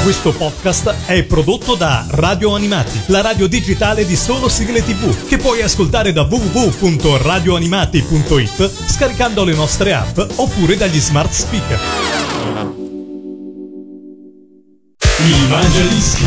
Questo podcast è prodotto da Radio Animati, la radio digitale di solo sigle TV, che puoi ascoltare da www.radioanimati.it scaricando le nostre app oppure dagli smart speaker. Il Mangiadischi.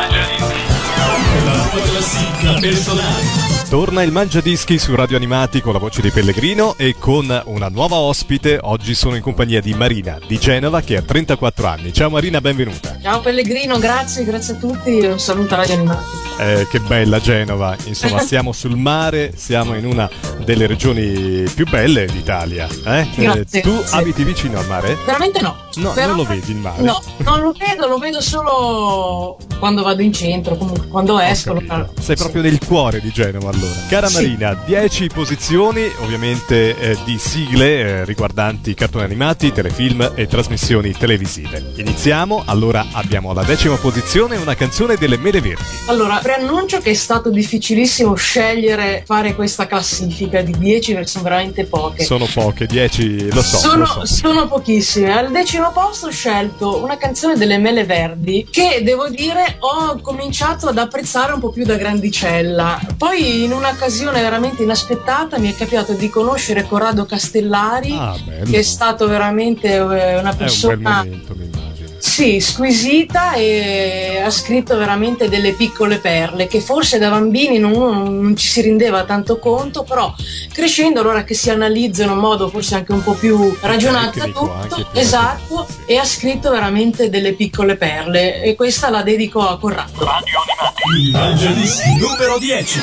La tua classifica personale. Torna il Mangiadischi su Radio Animati con la voce di Pellegrino e con una nuova ospite. Oggi sono in compagnia di Marina di Genova che ha 34 anni. Ciao Marina, benvenuta. Ciao Pellegrino, grazie a tutti e un saluto a Radio Animati. Che bella Genova, insomma siamo sul mare, siamo in una delle regioni più belle d'Italia. Grazie. Tu abiti vicino al mare? Veramente no. No, però, non lo vedi il mare? No, non lo vedo solo quando vado in centro, comunque quando esco. Sei proprio nel cuore di Genova allora. Cara Marina, 10 posizioni ovviamente di sigle riguardanti cartoni animati, telefilm e trasmissioni televisive. Iniziamo, allora abbiamo alla 10ª posizione una canzone delle Mele Verdi. Allora, preannuncio che è stato difficilissimo fare questa classifica di 10 perché sono veramente poche. Sono poche, 10 lo so. Sono pochissime. Al 10° posto ho scelto una canzone delle Mele Verdi che devo dire ho cominciato ad apprezzare un po' più da grandicella. Poi in un'occasione veramente inaspettata mi è capitato di conoscere Corrado Castellari, che è stato veramente una persona... È un bel momento, mi immagino. Sì, squisita, e ha scritto veramente delle piccole perle che forse da bambini non ci si rendeva tanto conto, però crescendo, allora che si analizza in un modo forse anche un po' più ragionato tutto, esatto, e ha scritto veramente delle piccole perle e questa la dedico a Corrado. Radio Animati, il Mangiadischi numero 10.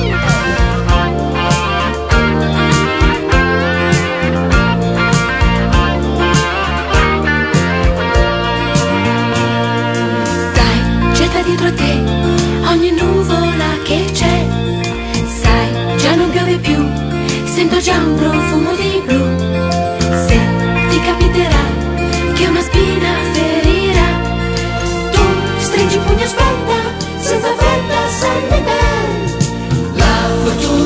Dietro a te ogni nuvola che c'è, sai, già non piove più, sento già un profumo di blu. Se ti capiterà che una spina ferirà, tu stringi il pugno, aspetta, senza fretta, sempre bene. La fortuna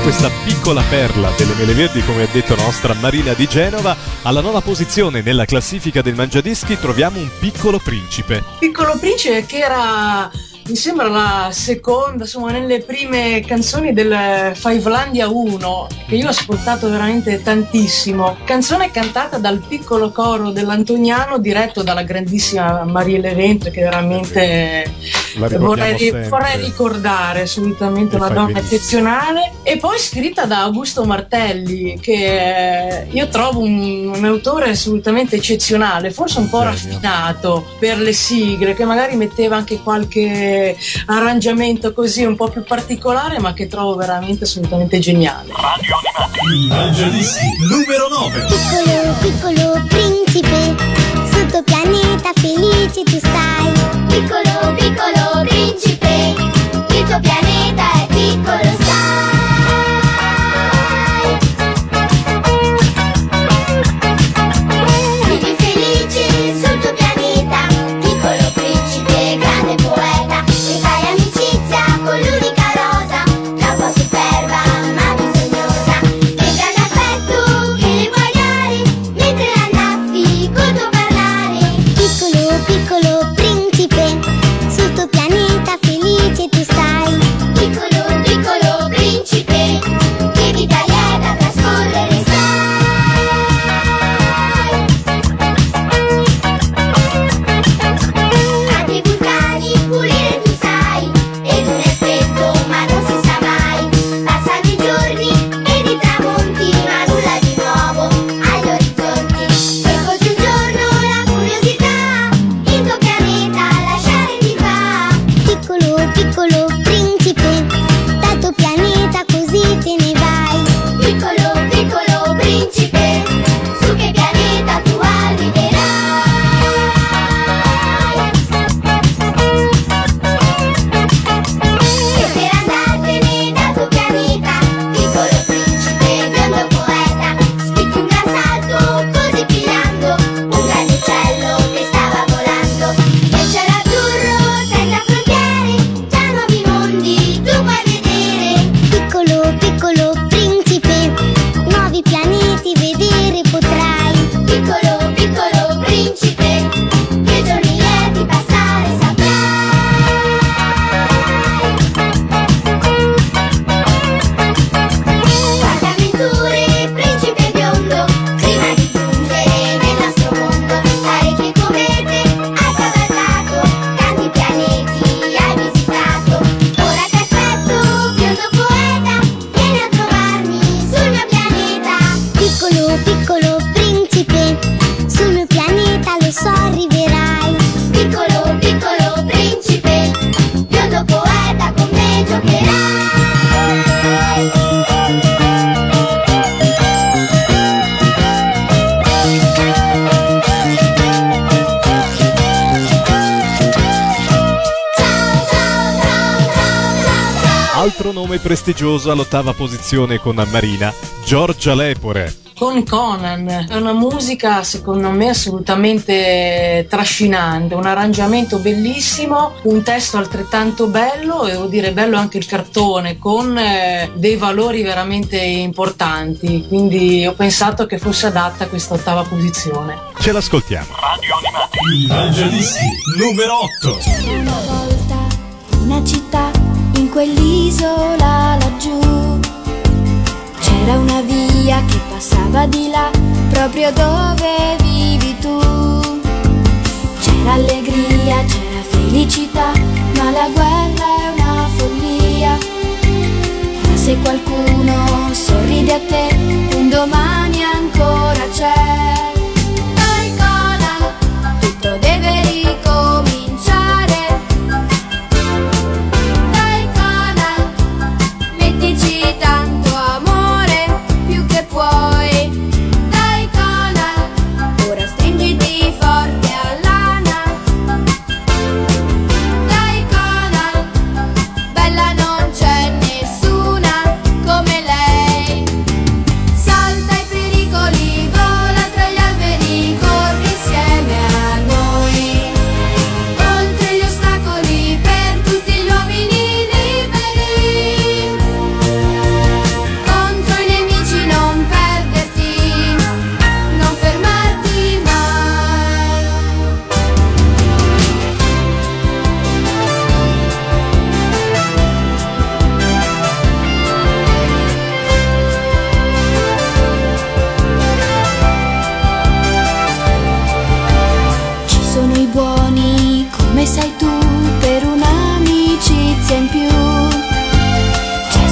questa piccola perla delle mele verdi, come ha detto la nostra Marina di Genova. Alla 9ª posizione nella classifica del Mangiadischi troviamo Un piccolo principe. Piccolo principe, che era, mi sembra, la seconda, insomma, nelle prime canzoni del Fivelandia 1, che io ho ascoltato veramente tantissimo. Canzone cantata dal piccolo coro dell'Antoniano, diretto dalla grandissima Marielle Ventre, che veramente vorrei ricordare assolutamente, una donna eccezionale. E poi scritta da Augusto Martelli, che io trovo un autore assolutamente eccezionale, forse un po' raffinato per le sigle, che magari metteva anche qualche arrangiamento così un po' più particolare, ma che trovo veramente assolutamente geniale. Radio Animati, Mangiadischi numero 9. Piccolo, piccolo principe, sotto pianeta felice tu stai. Piccolo, piccolo principe, il tuo pianeta è piccolo, sai. Vivi felice sul tuo pianeta, piccolo principe, grande poeta, e fai amicizia con l'unica rosa, troppo superba ma bisognosa, e grande affetto che le puoi dare, mentre annaffi col tuo parlare. Piccolo, piccolo principe, sul tuo pianeta felice tu stai. Piccolo, piccolo principe, che vita lieta trascorrere sai. Anche i vulcani pulire tu sai, ed un effetto ma non si sa mai. Passano i giorni ed i tramonti, ma nulla di nuovo agli orizzonti. E così un giorno la curiosità il tuo pianeta lasciare ti fa. Piccolo, piccolo principe, dal tuo pianeta così te ne vai. Piccolo, piccolo principe, su che pianeta tu arriverai? E per andartene dal tuo pianeta, piccolo principe, biondo poeta, spicchi un gran salto così pigliando un grande uccello che stava volando. Nel cielo azzurro senza frontiere, già nuovi mondi tu puoi vedere. Piccolo, piccolo principe, nuovi pianeti vedere potrai. Piccolo, piccolo principe, che giorni lieti passare saprai. Quante avventure, principe biondo, prima di giungere nel nostro mondo. Parecchie comete hai cavalcato, tanti pianeti hai visitato. Ora ti aspetto, biondo poeta, vieni a trovarmi sul mio pianeta. Piccolo, piccolo principe, sul mio pianeta lo so arriverai. Piccolo, piccolo principe, biondo poeta, con me giocherai. Ciao, ciao, ciao, ciao, ciao, ciao. Altro nome prestigioso all'8ª posizione con Marina, Giorgia Lepore. Con Conan, è una musica secondo me assolutamente trascinante, un arrangiamento bellissimo, un testo altrettanto bello, e devo dire bello anche il cartone, con dei valori veramente importanti, quindi ho pensato che fosse adatta a questa 8ª posizione. Ce l'ascoltiamo. Radio Animati, Mangiadischi numero 8. C'era una volta una città in quell'isola laggiù. C'era una via che passava di là, proprio dove vivi tu. C'era allegria, c'era felicità, ma la guerra è una follia. Ma se qualcuno sorride a te, un domani ancora c'è. Dai Conan, tutto deve ricominciare. Dai Conan, mettici tanto amore, più che puoi. Dai Conan, ora stringiti forte all'ana. Dai Conan,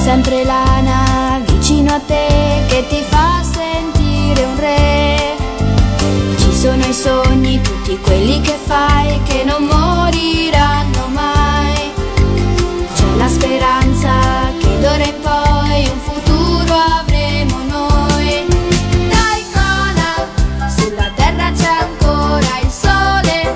sempre Lana vicino a te che ti fa sentire un re. Ci sono i sogni, tutti quelli che fai, che non moriranno mai. C'è la speranza che d'ora in poi un futuro avremo noi. Dai Conan, sulla terra c'è ancora il sole.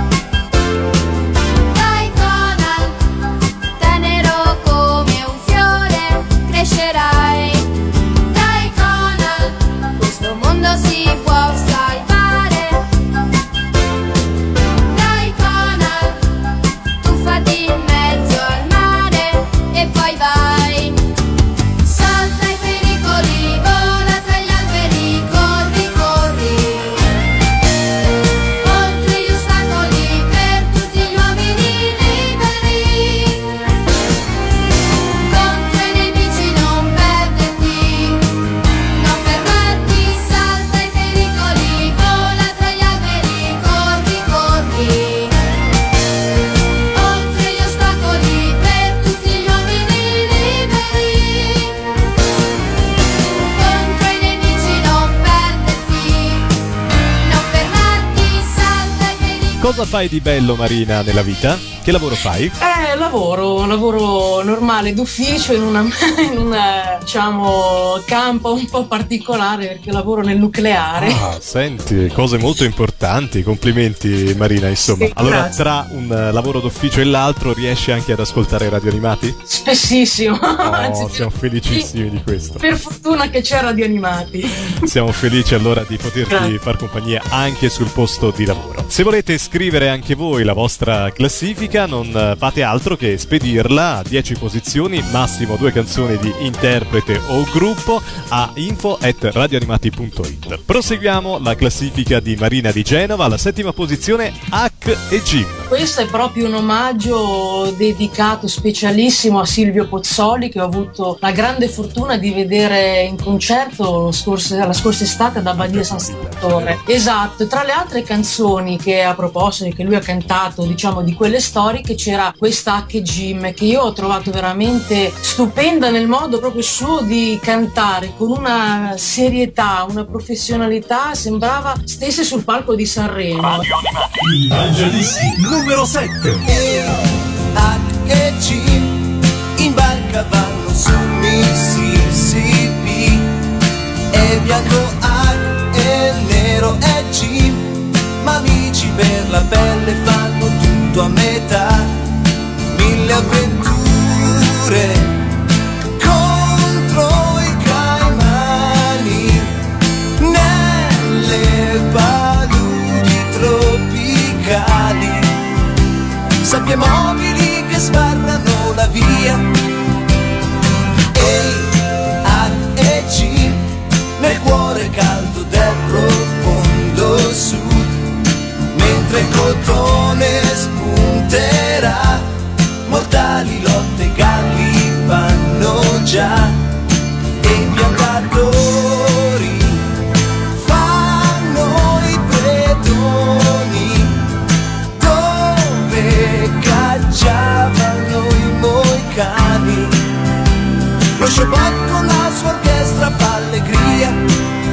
Dai Conan, tenero come un fiore crescerai. Dai Conan, questo mondo si può salvare. Dai Conan, tuffati in mezzo al mare e poi vai. Salta i pericoli, vola tra gli alberi, corri, corri. Oltre gli ostacoli per tutti gli uomini liberi. Contro i nemici non perderti, non fermarti. Salta i pericoli, vola tra gli alberi, corri, corri. Oltre gli ostacoli per tutti gli uomini liberi. Contro i nemici non perderti, non fermarti. Salta i pericoli. Cosa fai di bello, Marina, nella vita? Che lavoro fai? Lavoro normale d'ufficio in una diciamo campo un po' particolare perché lavoro nel nucleare. Ah, senti, cose molto importanti, complimenti Marina, insomma. Sì, allora, grazie. tra un lavoro d'ufficio e l'altro riesci anche ad ascoltare Radio Animati? Spessissimo. Anzi, Oh, siamo felicissimi di questo. per fortuna che c'è Radio Animati. Siamo felici allora di poterti Grazie. far compagnia anche sul posto di lavoro. Se volete scrivere anche voi la vostra classifica, non fate altro che spedirla a 10 posizioni, massimo 2 canzoni di interprete o gruppo, a info@radioanimati.it. Proseguiamo la classifica di Marina di Genova, alla 7ª posizione Hack e Jim. Questo è proprio un omaggio dedicato specialissimo a Silvio Pozzoli, che ho avuto la grande fortuna di vedere in concerto la scorsa estate ad Abbadia San Salvatore. Esatto, tra le altre canzoni che a proposito che lui ha cantato, diciamo di quelle storiche, c'era questa Hack e Jim che io ho trovato veramente stupenda nel modo proprio suo di cantare, con una serietà, una professionalità, sembrava stesse sul palco di Sanremo. I Evangelisti numero 7. Hack e Jim in barca vanno su Mississippi. E bianco Hack e nero è Jim, ma amici per la pelle fanno tutto a metà. 1000 avventure contro i caimani nelle paludi tropicali. Sabbie mobili che sbarrano la via. Ehi, Hack e Jim nel cuore caldo del profondo sud. Mentre il cotone spunterà, mortali lotte galli vanno già. E i piantatori fanno i predoni dove cacciavano i moicani. Lo Shabbat con la sua orchestra fa allegria.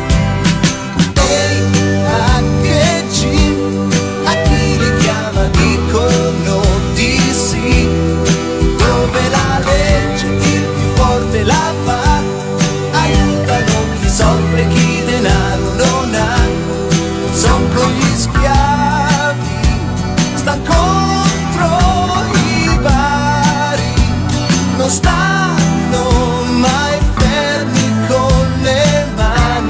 Ehi, Hack e Jim, a chi li chiama dicono di sì. Dove la legge il più forte la fa, aiutano chi soffre, chi denaro non ha. Son con gli schiavi, sta contro i bari, non stanno mai fermi con le mani.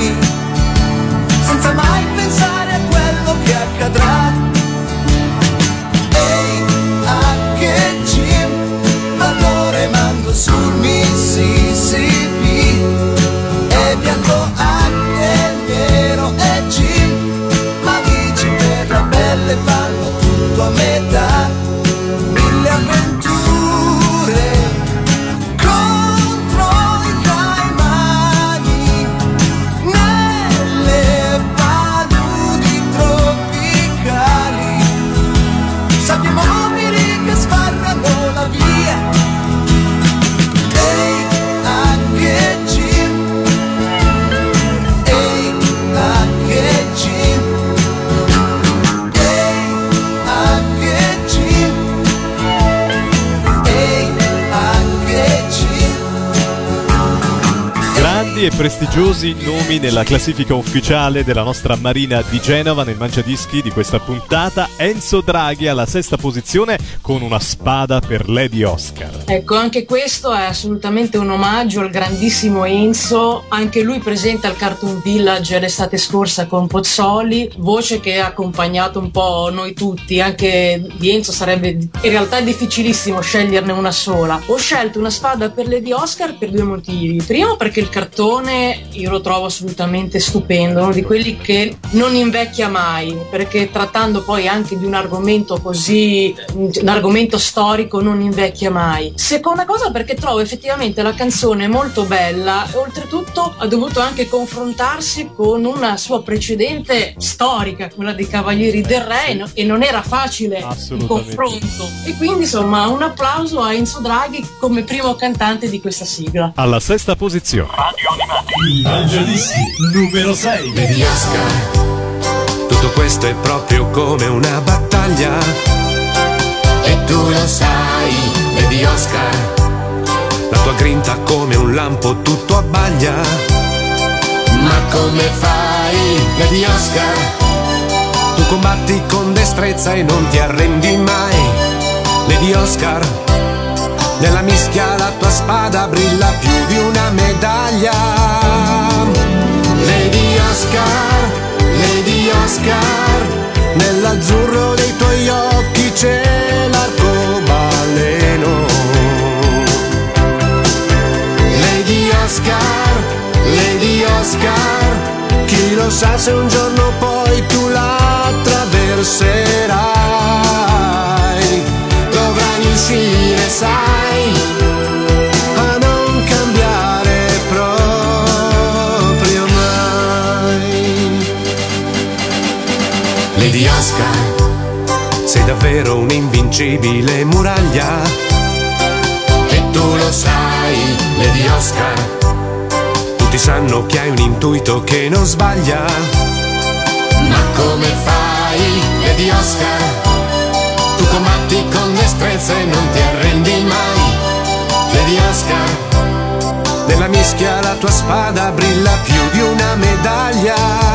e prestigiosi nomi nella classifica ufficiale della nostra Marina di Genova nel mangiadischi di questa puntata. Enzo Draghi alla 6ª posizione con Una spada per Lady Oscar. Ecco, anche questo è assolutamente un omaggio al grandissimo Enzo, anche lui presente al Cartoon Village l'estate scorsa con Pozzoli, voce che ha accompagnato un po' noi tutti. Anche di Enzo sarebbe in realtà difficilissimo sceglierne una sola. Ho scelto Una spada per Lady Oscar per 2 motivi. Primo, perché il cartone io lo trovo assolutamente stupendo, uno di quelli che non invecchia mai, perché trattando poi anche di un argomento così, un argomento storico, non invecchia mai. Seconda cosa, perché trovo effettivamente la canzone molto bella e oltretutto ha dovuto anche confrontarsi con una sua precedente storica, quella dei Cavalieri del Re, e non era facile il confronto. E quindi insomma un applauso a Enzo Draghi come primo cantante di questa sigla. Alla 6ª posizione. Radio Animati. Il mangiadischi numero 6. Lady Oscar, tutto questo è proprio come una battaglia. E tu lo sai, Lady Oscar, la tua grinta come un lampo tutto abbaglia. Ma come fai, Lady Oscar? Tu combatti con destrezza e non ti arrendi mai. Lady Oscar, nella mischia la tua spada brilla più di una medaglia. Lady Oscar, Lady Oscar, nell'azzurro dei tuoi occhi c'è l'arcobaleno. Lady Oscar, Lady Oscar, chi lo sa se un giorno poi tu la attraverserai. Dovrai uscire, sai, a non cambiare proprio mai. Lady Oscar, sei davvero un'invincibile muraglia. E tu lo sai, Lady Oscar, tutti sanno che hai un intuito che non sbaglia. Ma come fai, Lady Oscar? Tu combatti con destrezza e non ti arrendi mai. Lady Oscar, nella mischia la tua spada brilla più di una medaglia.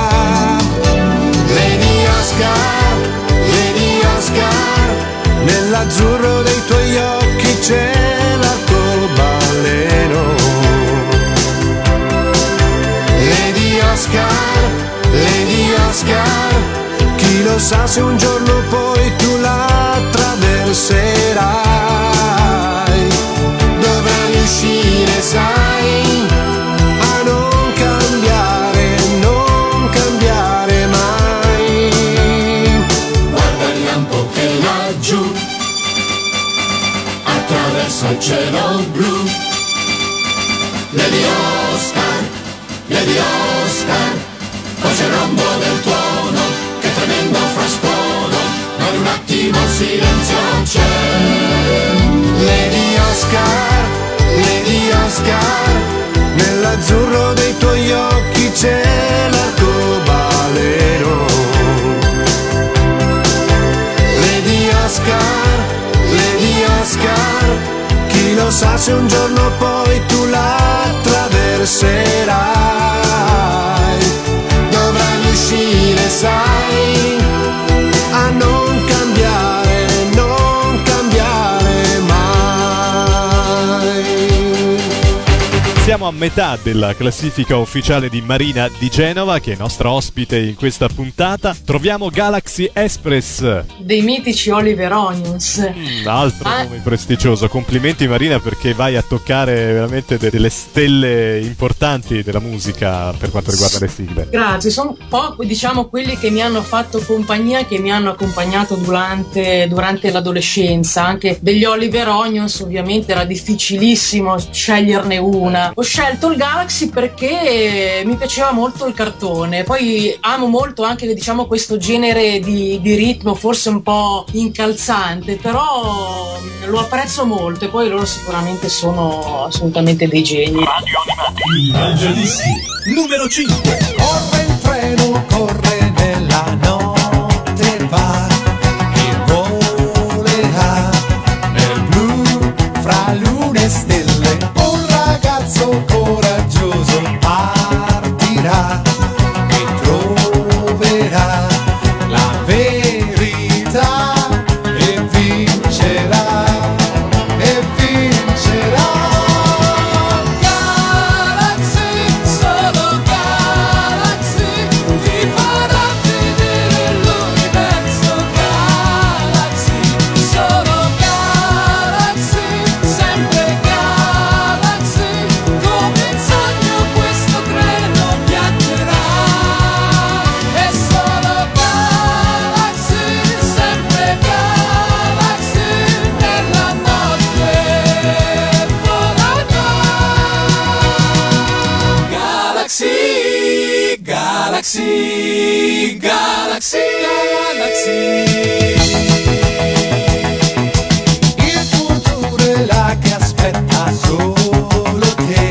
Lady Oscar, Lady Oscar, nell'azzurro dei tuoi occhi c'è l'arcobaleno. Lady Oscar, Lady Oscar, chi lo sa se un giorno poi tu la attraverserai. Dovrai uscire, sai, a non cambiare mai. Guarda il lampo che laggiù attraverso il cielo blu. Lady Oscar, Lady Oscar, poi c'è il rombo del tuono, che tremendo frastuono, ma in un attimo il silenzio c'è. Lady Oscar, Lady Oscar, nell'azzurro dei tuoi occhi c'è l'arcobaleno. Lady Oscar, Lady Oscar, chi lo sa se un giorno poi tu la attraverserai. Dovrai uscire, sai, a non cambiare mai. Siamo a metà della classifica ufficiale di Marina di Genova, che è nostra ospite in questa puntata. Troviamo Galaxy Express, Dei mitici Oliver Onions. altro nome prestigioso. Complimenti Marina, perché vai a toccare veramente delle stelle importanti della musica per quanto riguarda le sigle. Grazie, sono un po' diciamo quelli che mi hanno fatto compagnia, che mi hanno accompagnato durante l'adolescenza. Anche degli Oliver Onions ovviamente era difficilissimo sceglierne una. Ho scelto il Galaxy perché mi piaceva molto il cartone, poi amo molto anche diciamo questo genere di ritmo forse un po' incalzante, però lo apprezzo molto, e poi loro sicuramente sono assolutamente dei geni. Radio Animati. Il mangiadischi numero 5. Corre il treno, corre nella notte, va e volerà nel blu fra lune e stelle. Un ragazzo coraggioso Galaxy, Galaxy, Galaxy. Il futuro è là che aspetta solo te.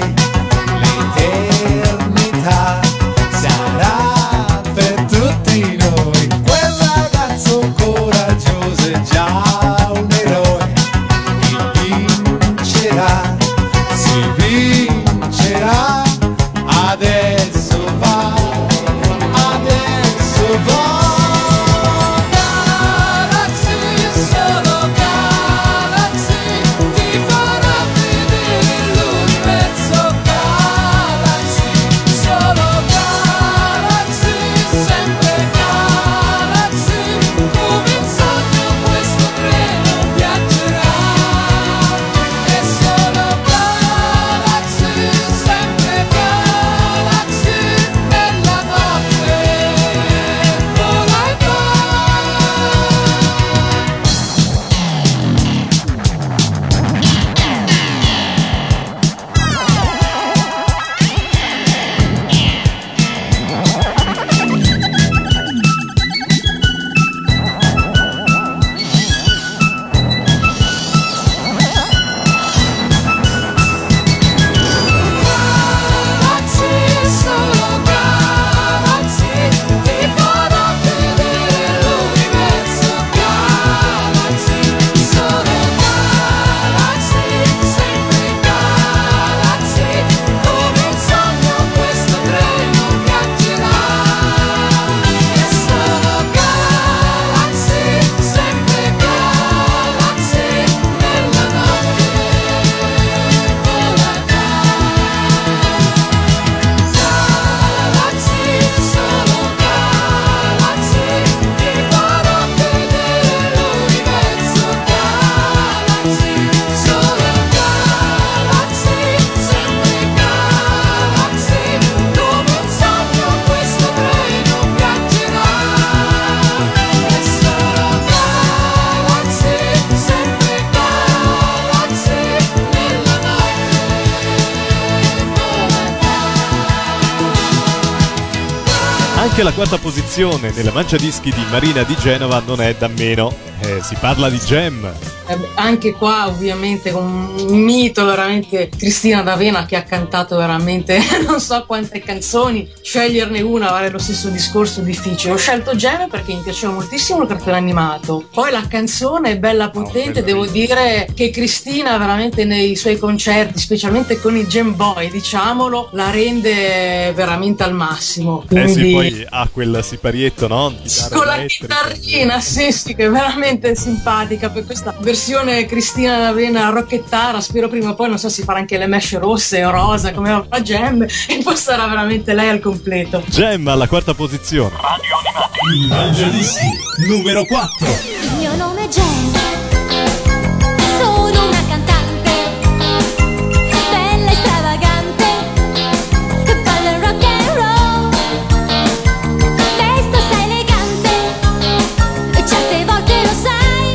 L'eternità sarà per tutti noi. Quel ragazzo coraggioso è già un eroe. E vincerà, si vincerà. Adesso va, adesso va. Galaxy, solo Galaxy, ti farà vedere l'universo. Galaxy, solo Galaxy, sempre Galaxy. Come un sogno questo treno viaggerà. È solo Galaxy, sempre Galaxy, nella notte vola e va. Galaxy, solo Galaxy, ti farà vedere l'universo. Galaxy, solo Galaxy, sempre Galaxy. Come un sogno questo treno viaggerà. È solo Galaxy, sempre Galaxy, nella notte vola e va. Galaxy, solo Galaxy, ti farà vedere l'universo. Galaxy, solo Galaxy, sempre Galaxy. Come un sogno questo treno viaggerà. È solo Galaxy, sempre Galaxy, nella notte vola e va. Anche la quarta posizione nella mangiadischi di Marina di Genova non è da meno. Si parla di Gem. Anche qua ovviamente un mito, veramente, Cristina D'Avena, che ha cantato veramente non so quante canzoni. Sceglierne una vale lo stesso discorso difficile. Ho scelto Gem perché mi piaceva moltissimo il cartone animato, poi la canzone è bella potente. Devo dire che Cristina veramente nei suoi concerti, specialmente con i Gem Boy, diciamolo, la rende veramente al massimo. Quindi Sì, poi ha quel siparietto, no? Chitarra con la elettrica. chitarrina, sì, che è veramente simpatica. Per questa versione Cristina D'Avena rocchettara, spero prima o poi, non so, si farà anche le mesh rosse o rosa come fa Gem, e poi sarà veramente lei al completo. Gem alla quarta posizione. Radio Animati, il mangiadischi numero 4. Il mio nome è Jen, sono una cantante, bella e stravagante, ballo il rock and roll, vesto sei elegante, e certe volte lo sai,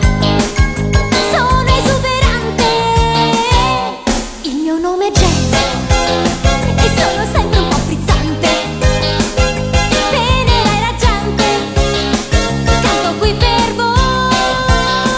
sono esuberante. Il mio nome è Jen, e sono sempre un po' frizzante, tenera e raggiante, canto qui per voi.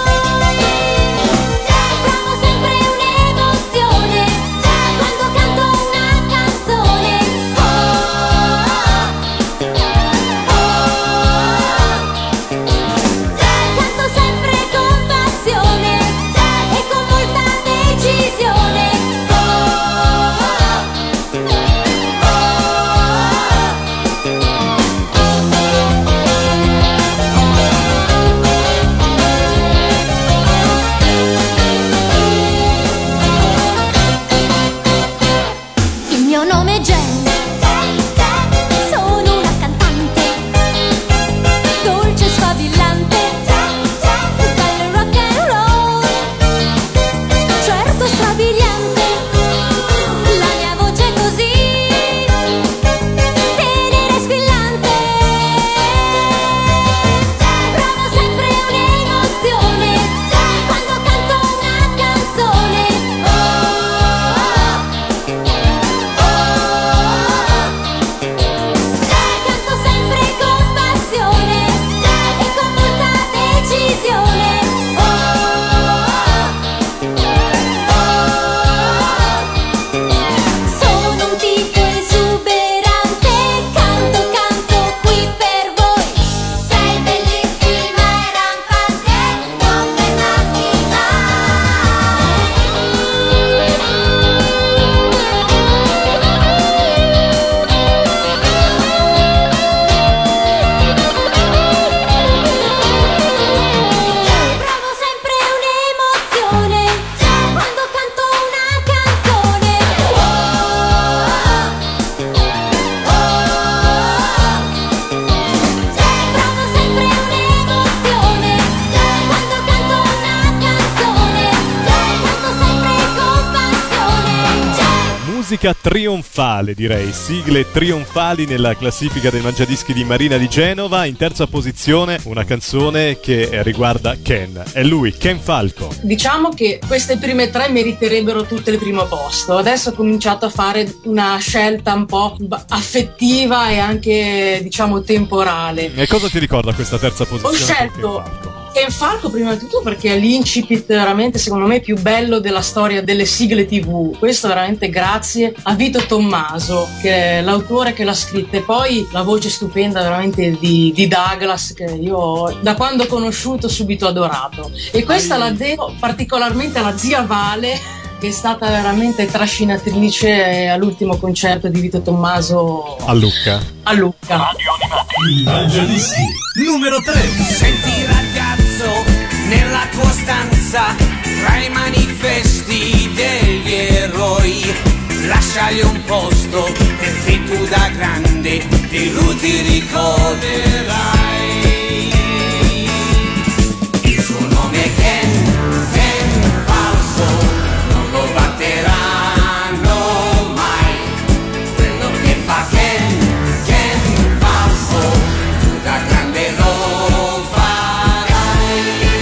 musica trionfale, direi, sigle trionfali nella classifica dei mangiadischi di Marina di Genova. In terza posizione una canzone che riguarda Ken, è lui, Ken Falco. Diciamo che queste prime tre meriterebbero tutte il primo posto. Adesso ho cominciato a fare una scelta un po' affettiva e anche, diciamo, temporale. E cosa ti ricorda questa terza posizione? Ho scelto Ken Falco prima di tutto perché è l'incipit veramente, secondo me, più bello della storia delle sigle TV. Questo veramente grazie a Vito Tommaso, che è l'autore che l'ha scritta, e poi la voce stupenda veramente di Douglas, che io da quando ho conosciuto subito adorato. E questa la devo particolarmente alla zia Vale, che è stata veramente trascinatrice all'ultimo concerto di Vito Tommaso a Lucca. Radio Animati, Mangiadischi numero 3. Senti ragazzo, nella tua stanza, tra i manifesti degli eroi, lasciagli un posto perché tu da grande di lui ti ricorderai. Il suo nome è Ken Falco, non lo batteranno mai. Quello che fa Ken Falco, tu da grande lo farai.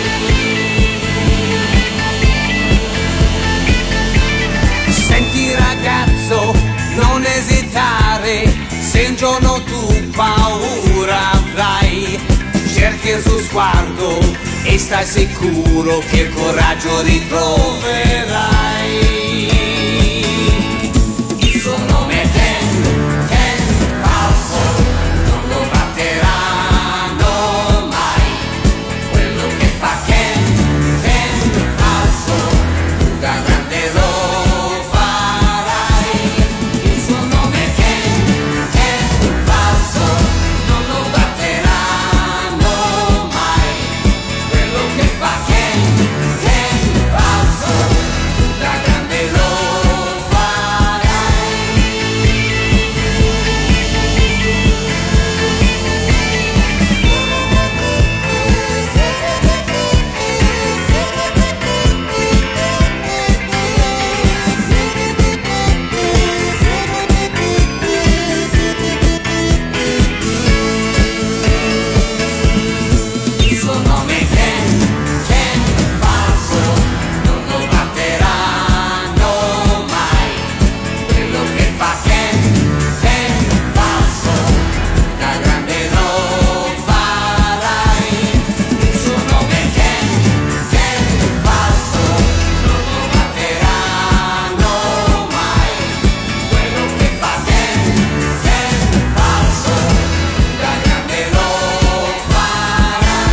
Senti ragazzo, non esitare, se un giorno tu paura avrai, cerchi il suo sguardo e stai sicuro che il coraggio ritroverai. Il suo nome è Ken Falco, non lo batteranno mai. Quello che fa Ken Falco, tu da grande lo farai. Il suo nome è Ken Falco, non lo batteranno mai. Quello che fa Ken Falco, tu da grande lo farai. Il suo nome è Ken Falco, non lo batteranno mai. Quello che fa Ken Falco, da grande lo farai. Il suo nome è Ken Falco, non lo batteranno mai. Quello che fa Ken Falco, da grande lo farai.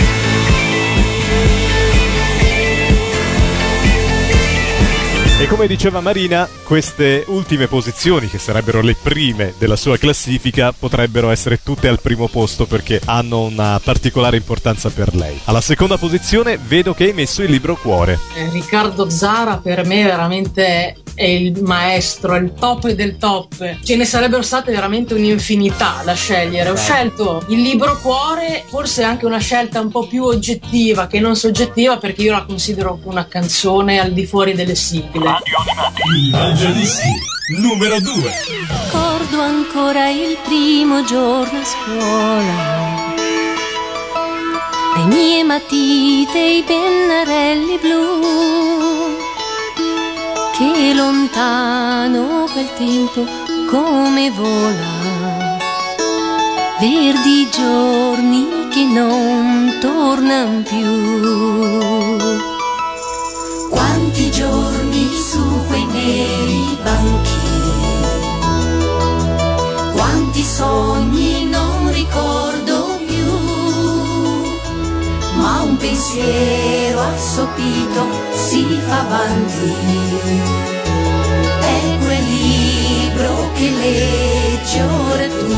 E come diceva Marina, queste ultime posizioni, che sarebbero le prime della sua classifica, potrebbero essere tutte al primo posto perché hanno una particolare importanza per lei. Alla seconda posizione vedo che hai messo il libro Cuore. Riccardo Zara per me veramente è il maestro, è il top del top. Ce ne sarebbero state veramente un'infinità da scegliere. Ho scelto il libro Cuore, forse anche una scelta un po' più oggettiva che non soggettiva, perché io la considero una canzone al di fuori delle sigle. Radio Animati, Mangiadischi numero 2. Ricordo ancora il primo giorno a scuola, le mie matite, i pennarelli blu, che lontano quel tempo come vola, verdi giorni che non tornano più. Quanti giorni su quei neri banchi, quanti sogni non ricordo più, ma un pensiero assopito si fa avanti. È quel libro che leggi ora tu.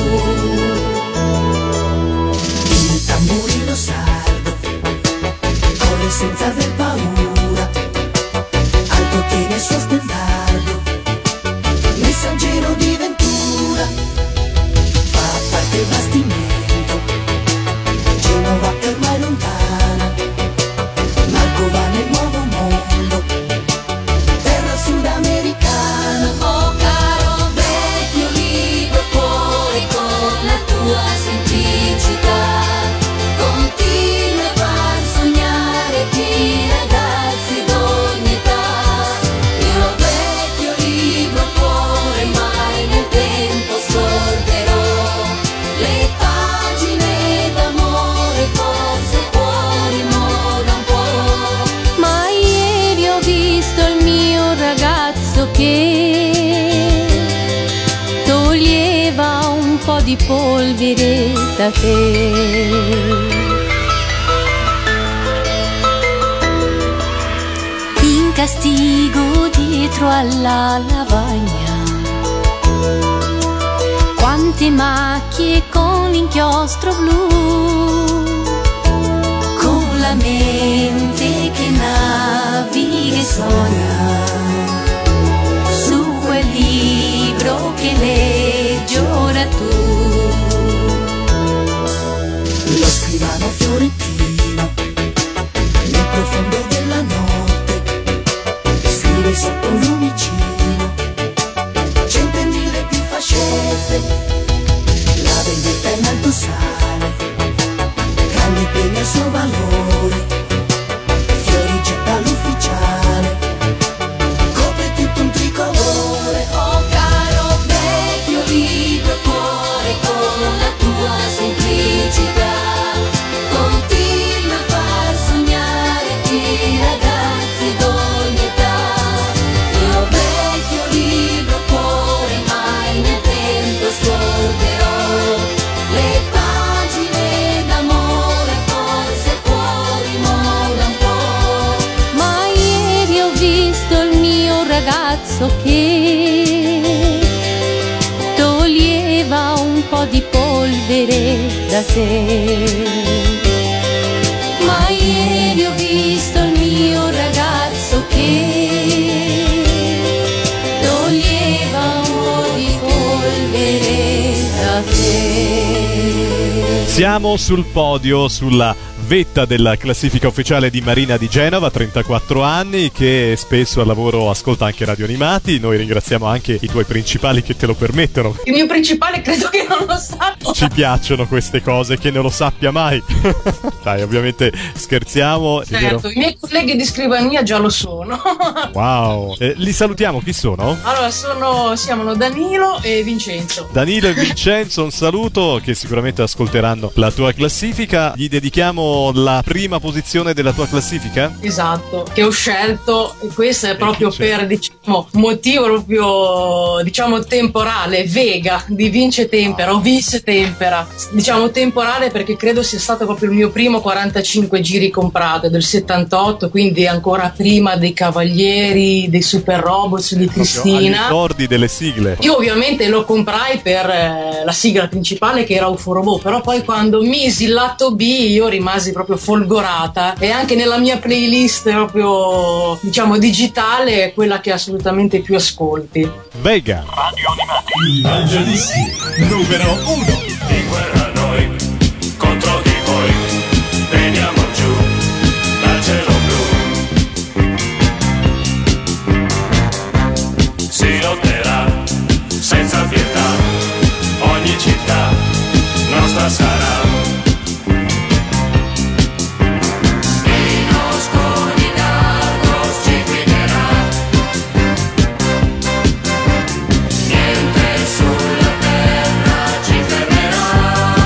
Il tamburino sardo corre senza aver paura, al potere il suo stendardo, messaggero di ventura, fa parte il bastimento, Genova è ormai lontana, Marco va nel nuovo mondo, terra che toglieva un po' di polvere da te. In castigo dietro alla lavagna, quante macchie con l'inchiostro blu, con la mente che naviga e sogna su quel libro che leggi ora tu. Lo scrivano fiorentino nel profondo della notte, scrive sotto un lumicino, 100.000 più fascette, la vendetta in alto sale, grande pegna il suo valore, fiori getta l'ufficiale, copre tutto un tricolore. Oh caro vecchio libro cuore, con la tua semplicità continua a far sognare i ragazzi d'ogni età. Mio vecchio libro cuore, mai nel tempo scorderò le pagine d'amore, forse fuori moda un po'. Ma ieri ho visto il mio ragazzo che toglieva un po' di polvere da te. Ma ieri ho visto il mio ragazzo che toglieva un po' di polvere da te. Siamo sul podio, sulla vetta della classifica ufficiale di Marina di Genova, 34 anni, che spesso al lavoro ascolta anche Radio Animati. Noi ringraziamo anche i tuoi principali che te lo permettono. Il mio principale credo che non lo sappia. Ci piacciono queste cose, che non lo sappia mai. Dai, ovviamente scherziamo. Certo, i miei colleghi di scrivania già lo sono. Wow. Li salutiamo, chi sono? Allora, siamo Danilo e Vincenzo. Danilo e Vincenzo, un saluto, che sicuramente ascolteranno la tua classifica. Gli dedichiamo la prima posizione della tua classifica? Esatto, che ho scelto, e questo è proprio per, diciamo, motivo proprio, diciamo, temporale. Vega di Vince Tempera o Vince Tempera, diciamo temporale perché credo sia stato proprio il mio primo 45 giri comprato, del 78, quindi ancora prima dei Cavalieri, dei Super Robots, di Cristina. Ai ricordi delle sigle. Io ovviamente lo comprai per la sigla principale, che era UFO Robot, però poi quando misi il lato B io rimasi proprio folgorata, e anche nella mia playlist proprio, diciamo, digitale è quella che assolutamente più ascolti. Vega. Radio Animati, gli angelisti numero 1. In guerra noi contro di voi, veniamo giù dal cielo blu. Si lotterà senza pietà, ogni città nostra sarà. Niente sulla terra ci fermerà.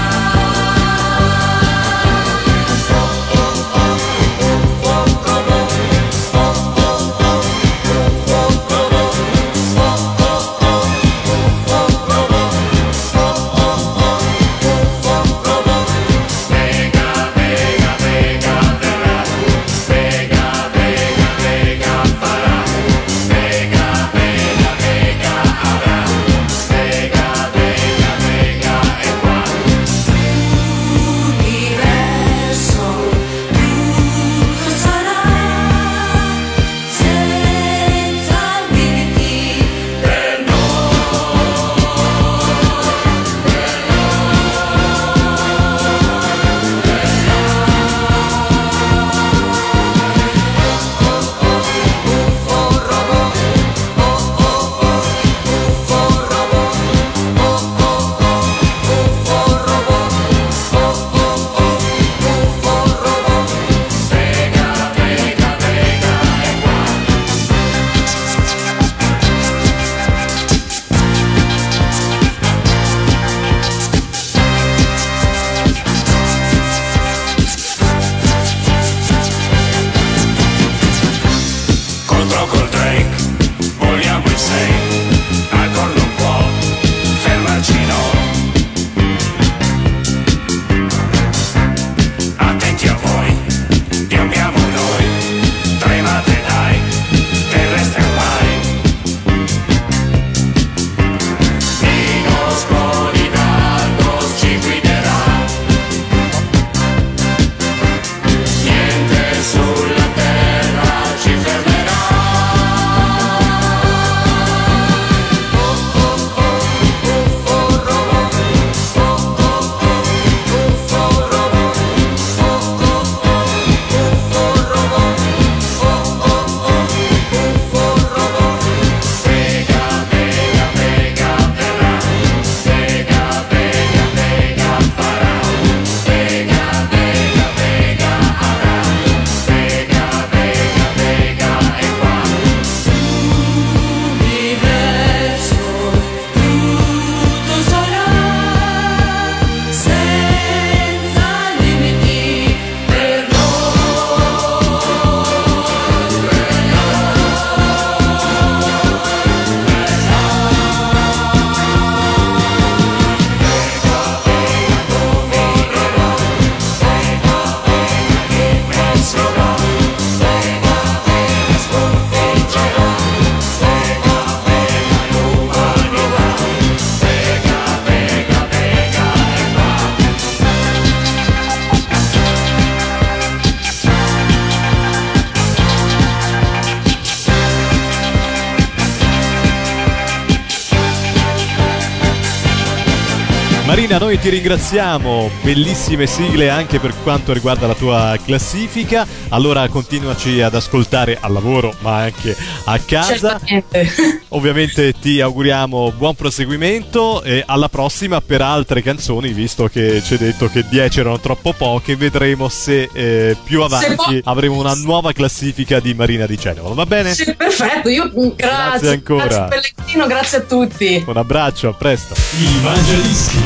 Marina, noi ti ringraziamo, bellissime sigle anche per quanto riguarda la tua classifica. Allora continuaci ad ascoltare al lavoro ma anche a casa. Certamente. Ovviamente ti auguriamo buon proseguimento e alla prossima per altre canzoni, visto che ci hai detto che 10 erano troppo poche. Vedremo se più avanti avremo una nuova classifica di Marina di Genova, va bene? Sì, perfetto, io grazie ancora. Grazie Pellegrino, grazie a tutti. Un abbraccio, a presto. Il Mangiadischi.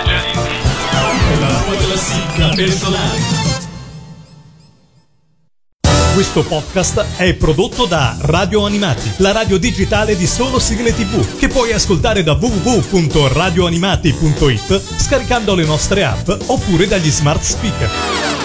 La tua classifica personale. Questo podcast è prodotto da Radio Animati, la radio digitale di solo sigle TV, che puoi ascoltare da www.radioanimati.it scaricando le nostre app oppure dagli smart speaker.